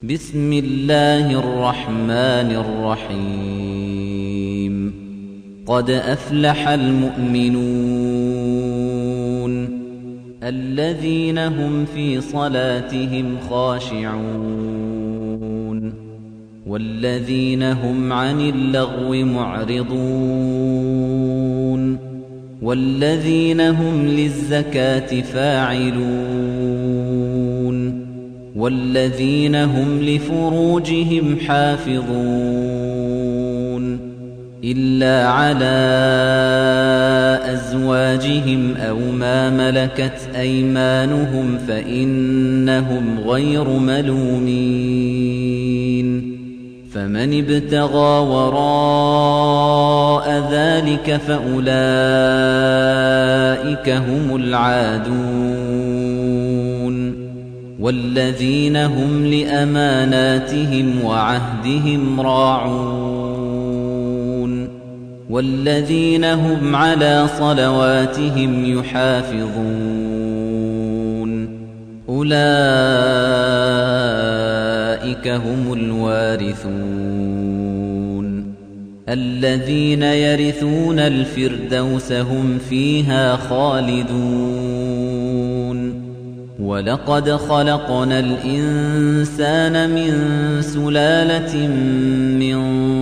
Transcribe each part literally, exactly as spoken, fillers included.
بسم الله الرحمن الرحيم قد أفلح المؤمنون الذين هم في صلاتهم خاشعون والذين هم عن اللغو معرضون والذين هم للزكاة فاعلون والذين هم لفروجهم حافظون إلا على أزواجهم أو ما ملكت أيمانهم فإنهم غير ملومين فمن ابتغى وراء ذلك فأولئك هم العادون والذين هم لأماناتهم وعهدهم راعون والذين هم على صلواتهم يحافظون أولئك هم الوارثون الذين يرثون الفردوس هم فيها خالدون ولقد خلقنا الإنسان من سلالة من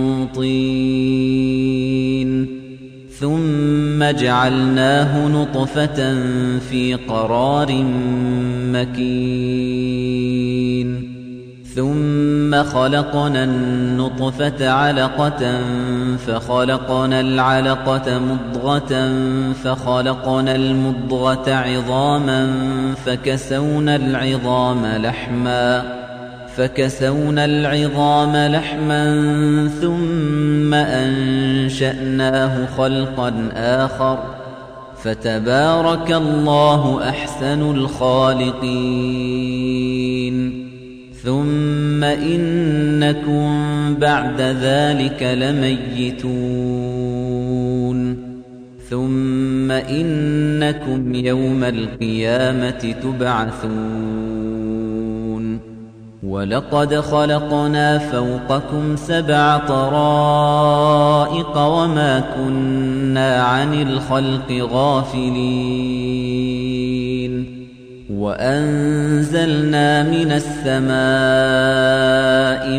طين ثم جعلناه نطفة في قرار مكين ثم خلقنا النطفة علقة فخلقنا العلقة مضغة فخلقنا المضغة عظاما فكسونا العظام لحما فكسونا العظام لحما ثم أنشأناه خلقا آخر فتبارك الله أحسن الخالقين ثم إنكم بعد ذلك لميتون ثم إنكم يوم القيامة تبعثون ولقد خلقنا فوقكم سبع طرائق وما كنا عن الخلق غافلين وأنزلنا من السماء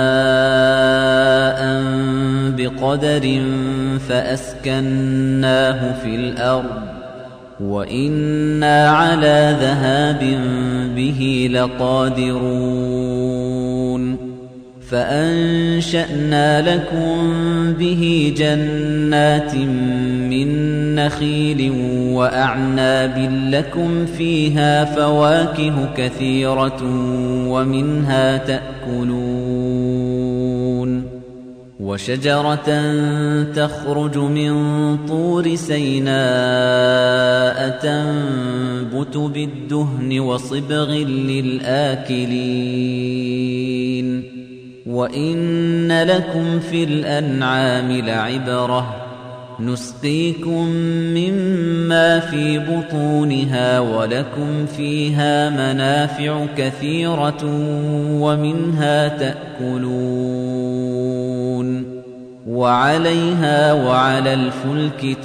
ماء بقدر فأسكناه في الأرض وإنا على ذهاب به لقادرون فأنشأنا لكم به جنات من نخيل وأعناب لكم فيها فواكه كثيرة ومنها تأكلون وشجرة تخرج من طور سيناء تنبت بالدهن وصبغ للآكلين وإن لكم في الأنعام لعبرة نسقيكم مما في بطونها ولكم فيها منافع كثيرة ومنها تأكلون وعليها وعلى الفلك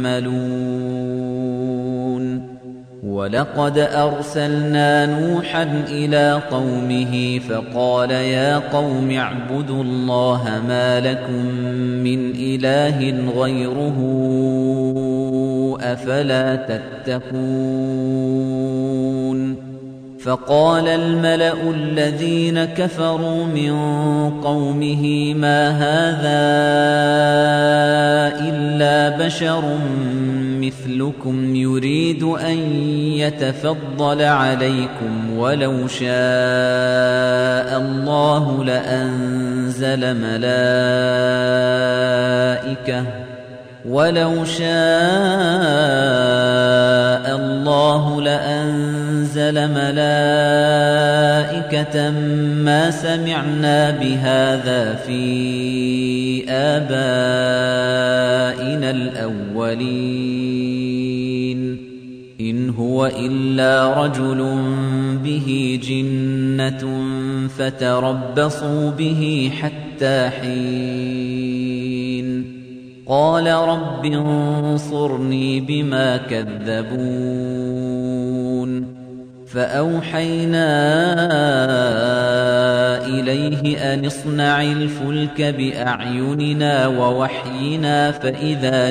تحملون ولقد أرسلنا نوحا إلى قومه فقال يا قوم اعبدوا الله ما لكم من إله غيره أفلا تتقون فقال الملأ الذين كفروا من قومه ما هذا إلا بشر مثلكم يريد أن يتفضل عليكم ولو شاء الله لأنزل ملائكة ولو شاء الله لأنزل ملائكة ما سمعنا بهذا في آبائنا الأولين إن هو إلا رجل به جنة فتربصوا به حتى حين قال رب انصرني بما كذبون فأوحينا إليه أن اصنع الفلك بأعيننا ووحينا فإذا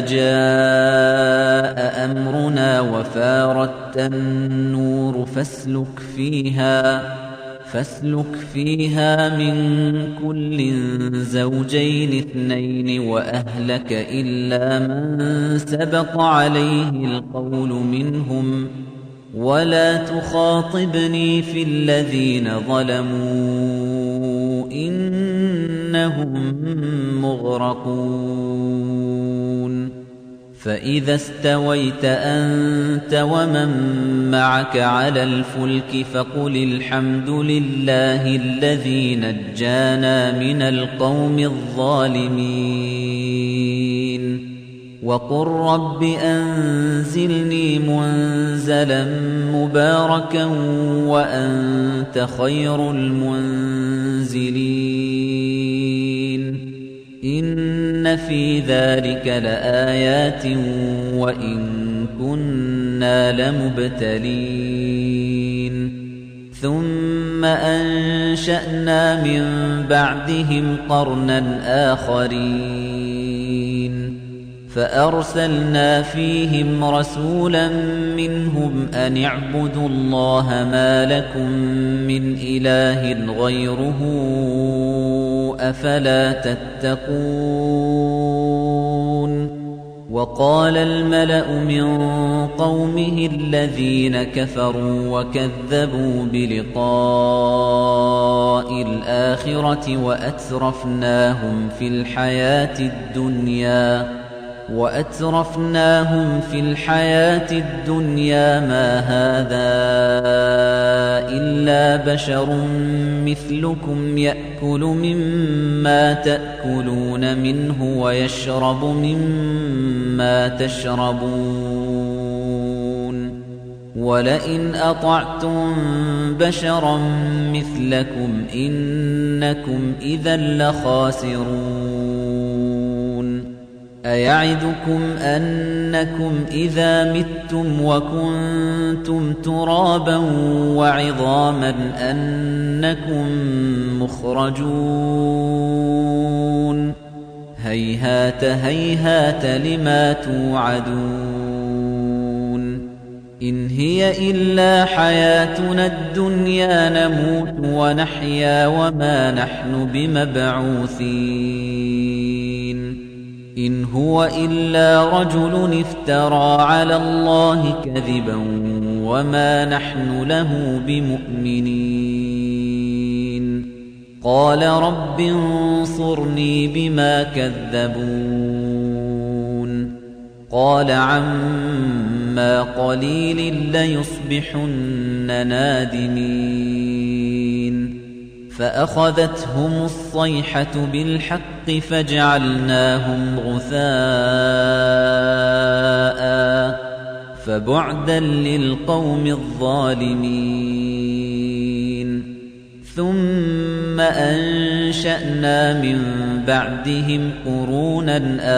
جاء أمرنا وفارت النور فاسلك فيها فاسلك فيها من كل زوجين اثنين وأهلك إلا من سبق عليه القول منهم ولا تخاطبني في الذين ظلموا إنهم مغرقون فإذا استويت أنت ومن معك على الفلك فقل الحمد لله الذي نجانا من القوم الظالمين وقل رب أنزلني منزلا مباركا وأنت خير المنزلين إن في ذلك لآيات وإن كنا لمبتلين ثم أنشأنا من بعدهم قرنا آخرين فأرسلنا فيهم رسولا منهم أن اعبدوا الله ما لكم من إله غيره أفلا تتقون وقال الملأ من قومه الذين كفروا وكذبوا بلقاء الآخرة وأترفناهم في الحياة الدنيا وأترفناهم في الحياة الدنيا ما هذا إلا بشر مثلكم يأكل مما تأكلون منه ويشرب مما تشربون ولئن أطعتم بشرا مثلكم إنكم إذا لخاسرون أيعدكم أنكم إذا متم وكنتم ترابا وعظاما أنكم مخرجون هيهات هيهات لما توعدون إن هي إلا حياتنا الدنيا نموت ونحيا وما نحن بمبعوثين إن هو إلا رجل افترى على الله كذبا وما نحن له بمؤمنين قال رب انصرني بما كذبون قال عما قليل ليصبحن نادمين فأخذتهم الصيحة بالحق فجعلناهم غثاء فبعدا للقوم الظالمين ثم أنشأنا من بعدهم قرونا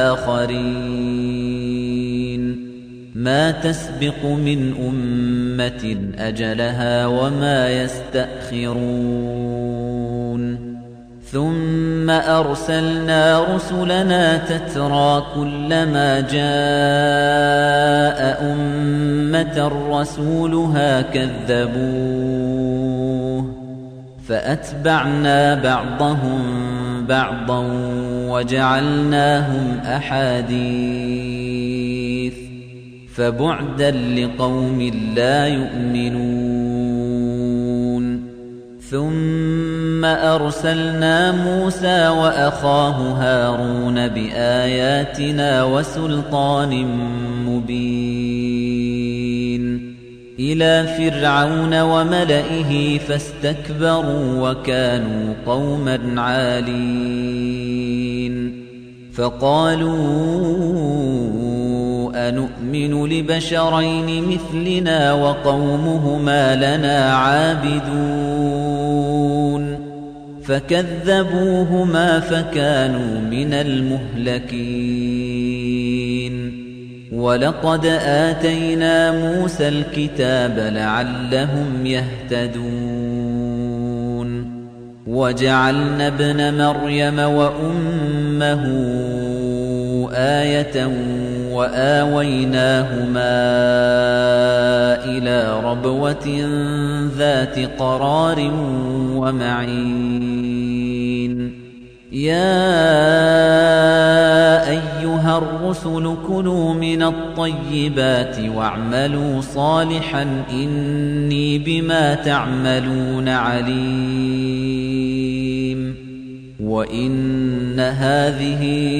آخرين ما تسبق من أمة أجلها وما يستأخرون ثم أرسلنا رسلنا تترى كلما جاء أمة رسولها كذبوه فأتبعنا بعضهم بعضا وجعلناهم أحاديث فبعدا لقوم لا يؤمنون ثم أرسلنا موسى وأخاه هارون بآياتنا وسلطان مبين إلى فرعون وملئه فاستكبروا وكانوا قوما عالين فقالوا أنؤمن لبشرين مثلنا وقومهما لنا عابدون فكذبوهما فكانوا من المهلكين ولقد آتينا موسى الكتاب لعلهم يهتدون وجعلنا ابن مريم وأمه آية وآويناهما إلى ربوة ذات قرار ومعين يا أيها الرسل كلوا من الطيبات واعملوا صالحا إني بما تعملون عليم وإن هذه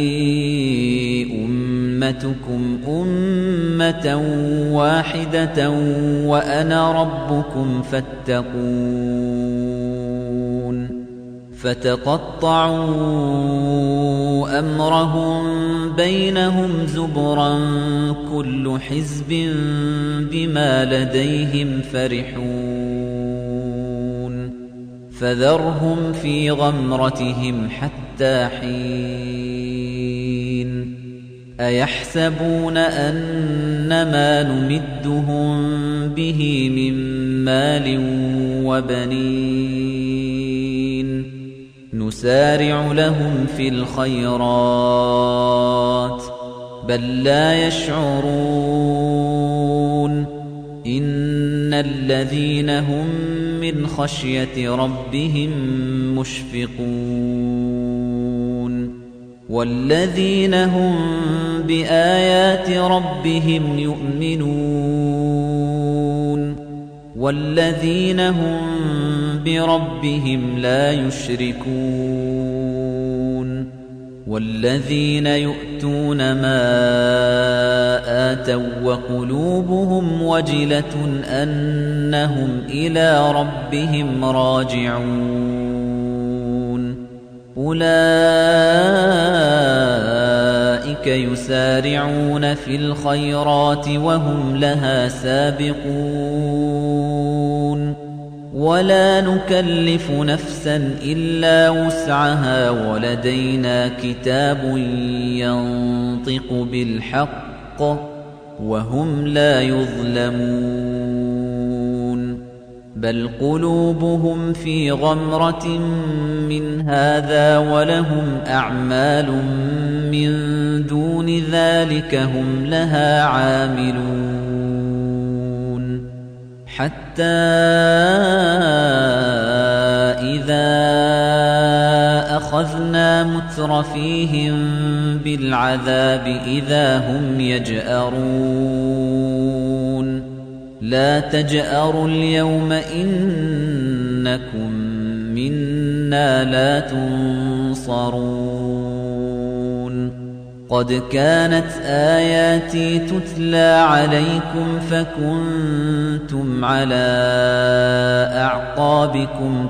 أمتكم أمة واحدة وأنا ربكم فاتقون فتقطعوا أمرهم بينهم زبرا كل حزب بما لديهم فرحون فذرهم في غمرتهم حتى حين أيحسبون أنما نمدهم به من مال وبنين نسارع لهم في الخيرات بل لا يشعرون إن الذين هم من خشية ربهم مشفقون والذين هم بآيات ربهم يؤمنون والذين هم بربهم لا يشركون والذين يؤتون ما آتوا وقلوبهم وجلة أنهم إلى ربهم راجعون أولئك يسارعون في الخيرات وهم لها سابقون ولا نكلف نفسا إلا وسعها ولدينا كتاب ينطق بالحق وهم لا يظلمون بل قلوبهم في غمرة من هذا ولهم أعمال من دون ذلك هم لها عاملون حتى إذا أخذنا مترفيهم بالعذاب إذا هم يجأرون لا تجأروا اليوم إنكم منا لا تنصرون قد كانت آياتي تتلى عليكم فكنتم على أعقابكم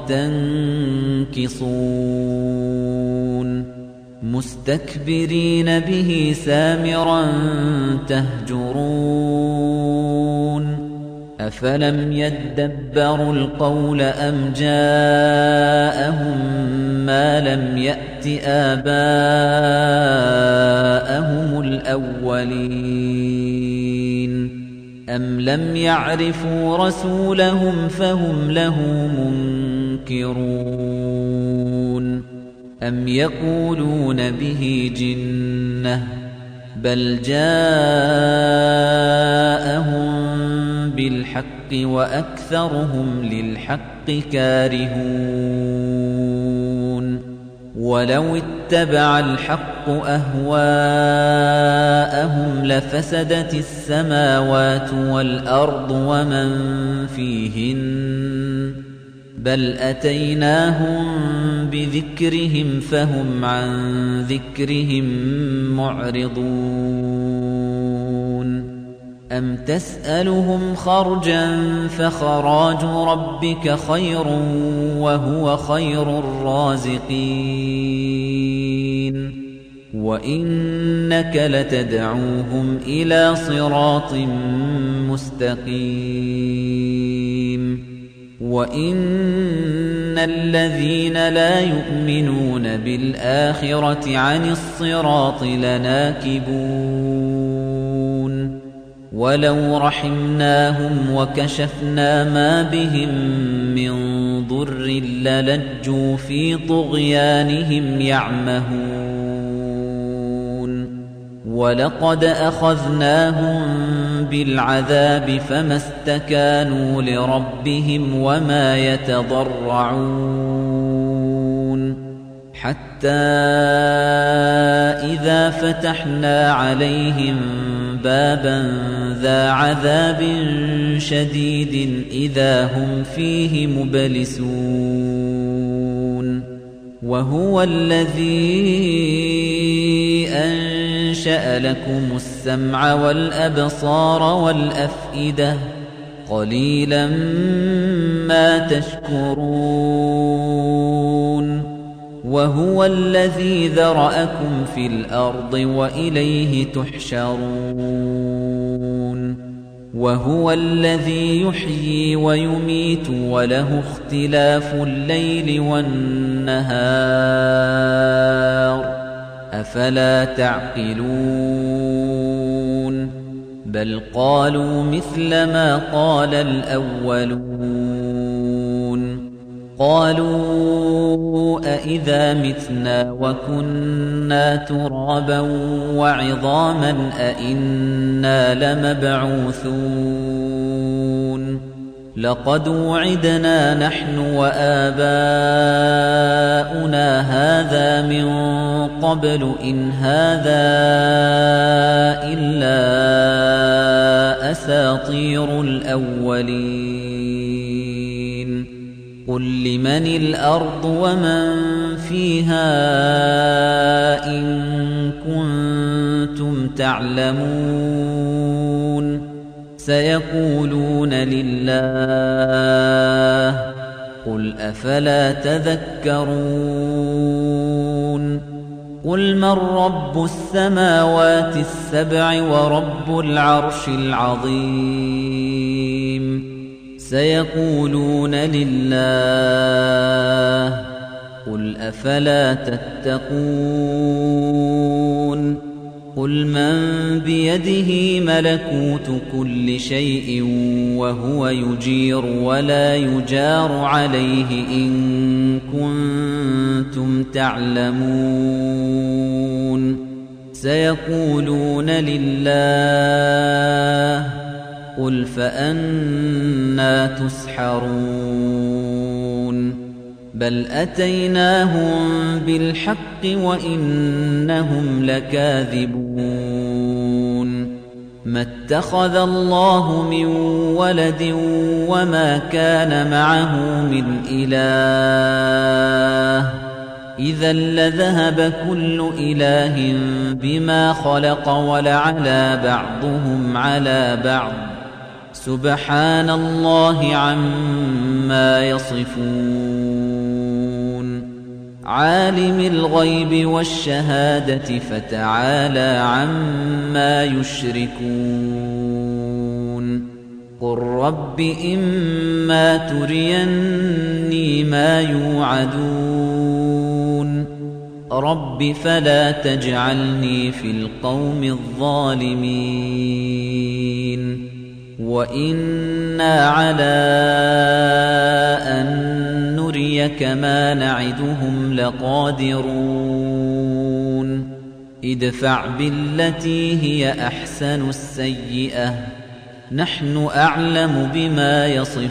تنكصون مستكبرين به سامرا تهجرون أفلم يدبروا القول أم جاءهم ما لم يأت آباءهم الأولين أم لم يعرفوا رسولهم فهم له منكرون أم يقولون به جنة بل جاءهم بالحق وأكثرهم للحق كارهون ولو اتبع الحق أهواءهم لفسدت السماوات والأرض ومن فيهن بل أتيناهم بذكرهم فهم عن ذكرهم معرضون أم تسألهم خرجا فخراج ربك خير وهو خير الرازقين وإنك لتدعوهم إلى صراط مستقيم وإن الذين لا يؤمنون بالآخرة عن الصراط لناكبون ولو رحمناهم وكشفنا ما بهم من ضر للجوا في طغيانهم يعمهون ولقد أخذناهم بالعذاب فما استكانوا لربهم وما يتضرعون حتى إذا فتحنا عليهم بابا ذا عذاب شديد إذا هم فيه مبلسون وهو الذي أنشأ لكم السمع والأبصار والأفئدة قليلا ما تشكرون وهو الذي ذرأكم في الأرض وإليه تحشرون وهو الذي يحيي ويميت وله اختلاف الليل والنهار أفلا تعقلون بل قالوا مثل ما قال الأولون قالوا أإذا متنا وكنا ترابا وعظاما أإنا لمبعوثون لقد وعدنا نحن وآباؤنا هذا من قبل إن هذا إلا أساطير الأولين قل لمن الأرض ومن فيها إن كنتم تعلمون سيقولون لله قل أفلا تذكرون قل من رب السماوات السبع ورب العرش العظيم سيقولون لله قل أفلا تتقون قل من بيده ملكوت كل شيء وهو يجير ولا يجار عليه إن كنتم تعلمون سيقولون لله قل فأنى تسحرون بل أتيناهم بالحق وإنهم لكاذبون ما اتخذ الله من ولد وما كان معه من إله إذا لذهب كل إله بما خلق ولعلى بعضهم على بعض سبحان الله عما يصفون عالم الغيب والشهادة فتعالى عما يشركون قل رب إما تريني ما يوعدون رب فلا تجعلني في القوم الظالمين وإنا على أن نريك ما نعدهم لقادرون ادفع بالتي هي أحسن السيئة نحن أعلم بما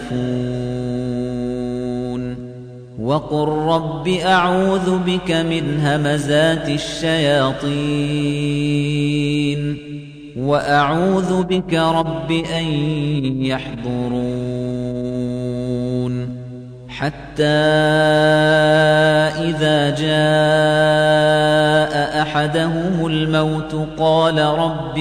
يصفون وقل رب أعوذ بك من همزات الشياطين وأعوذ بك رب أن يحضرون حتى إذا جاء أحدهم الموت قال رب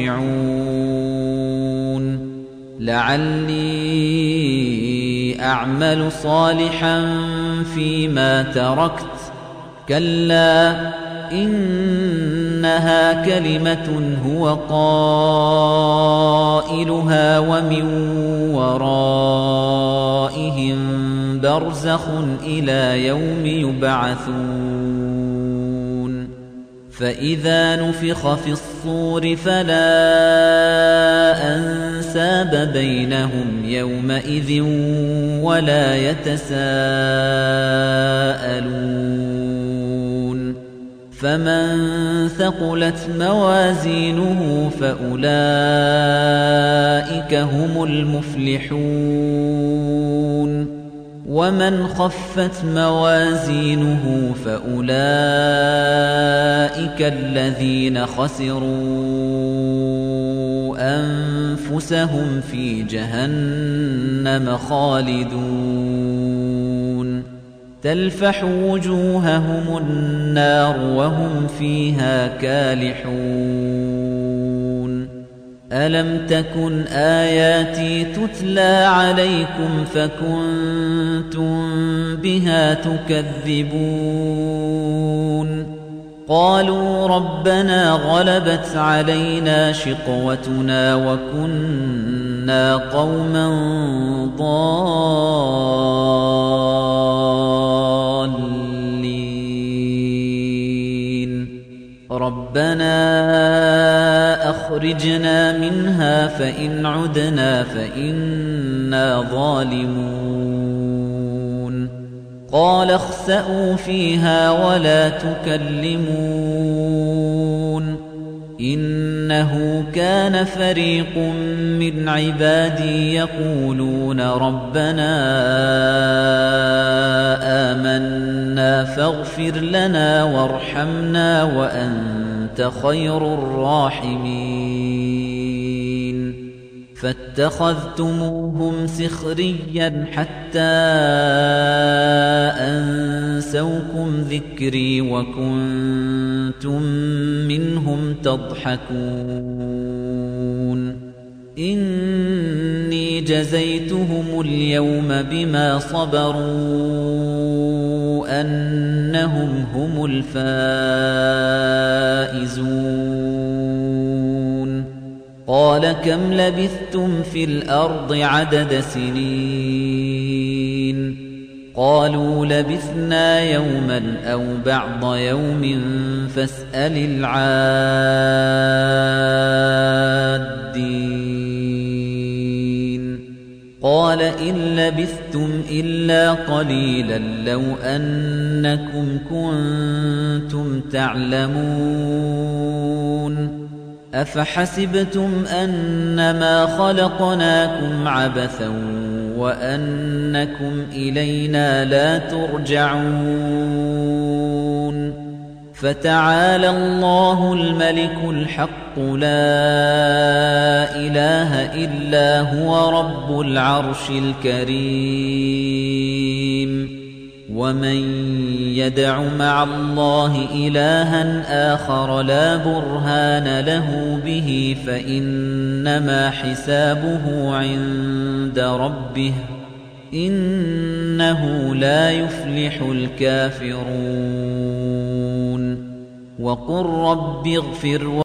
ارجعون لعلي أعمل صالحا فيما تركت كلا إنها كلمة هو قائلها ومن ورائهم برزخ إلى يوم يبعثون فإذا نفخ في الصور فلا أنساب بينهم يومئذ ولا يتساءلون فمن ثقلت موازينه فأولئك هم المفلحون ومن خفت موازينه فأولئك الذين خسروا أنفسهم في جهنم خالدون تلفح وجوههم النار وهم فيها كالحون ألم تكن آياتي تتلى عليكم فكنتم بها تكذبون قالوا ربنا غلبت علينا شقوتنا وكنا قوما ضالين ربنا أخرجنا منها فإن عدنا فإنا ظالمون قال اخسئوا فيها ولا تكلمون إنه كان فريق من عبادي يقولون ربنا آمنا فاغفر لنا وارحمنا وأنت خير الراحمين فاتخذتموهم سخريا حتى أنسوكم ذكري وكنتم منهم تضحكون إني جزيتهم اليوم بما صبروا أنهم هم الفائزون قال كم لبثتم في الأرض عدد سنين قالوا لبثنا يوما أو بعض يوم فاسأل العادين قال إن لبثتم إلا قليلا لو أنكم كنتم تعلمون أفحسبتم أنما خلقناكم عبثا وأنكم إلينا لا ترجعون فتعالى الله الملك الحق لا إله إلا هو رب العرش الكريم ومن يدع مع الله إلها آخر لا برهان له به فإنما حسابه عند ربه إنه لا يفلح الكافرون وقل رب اغفر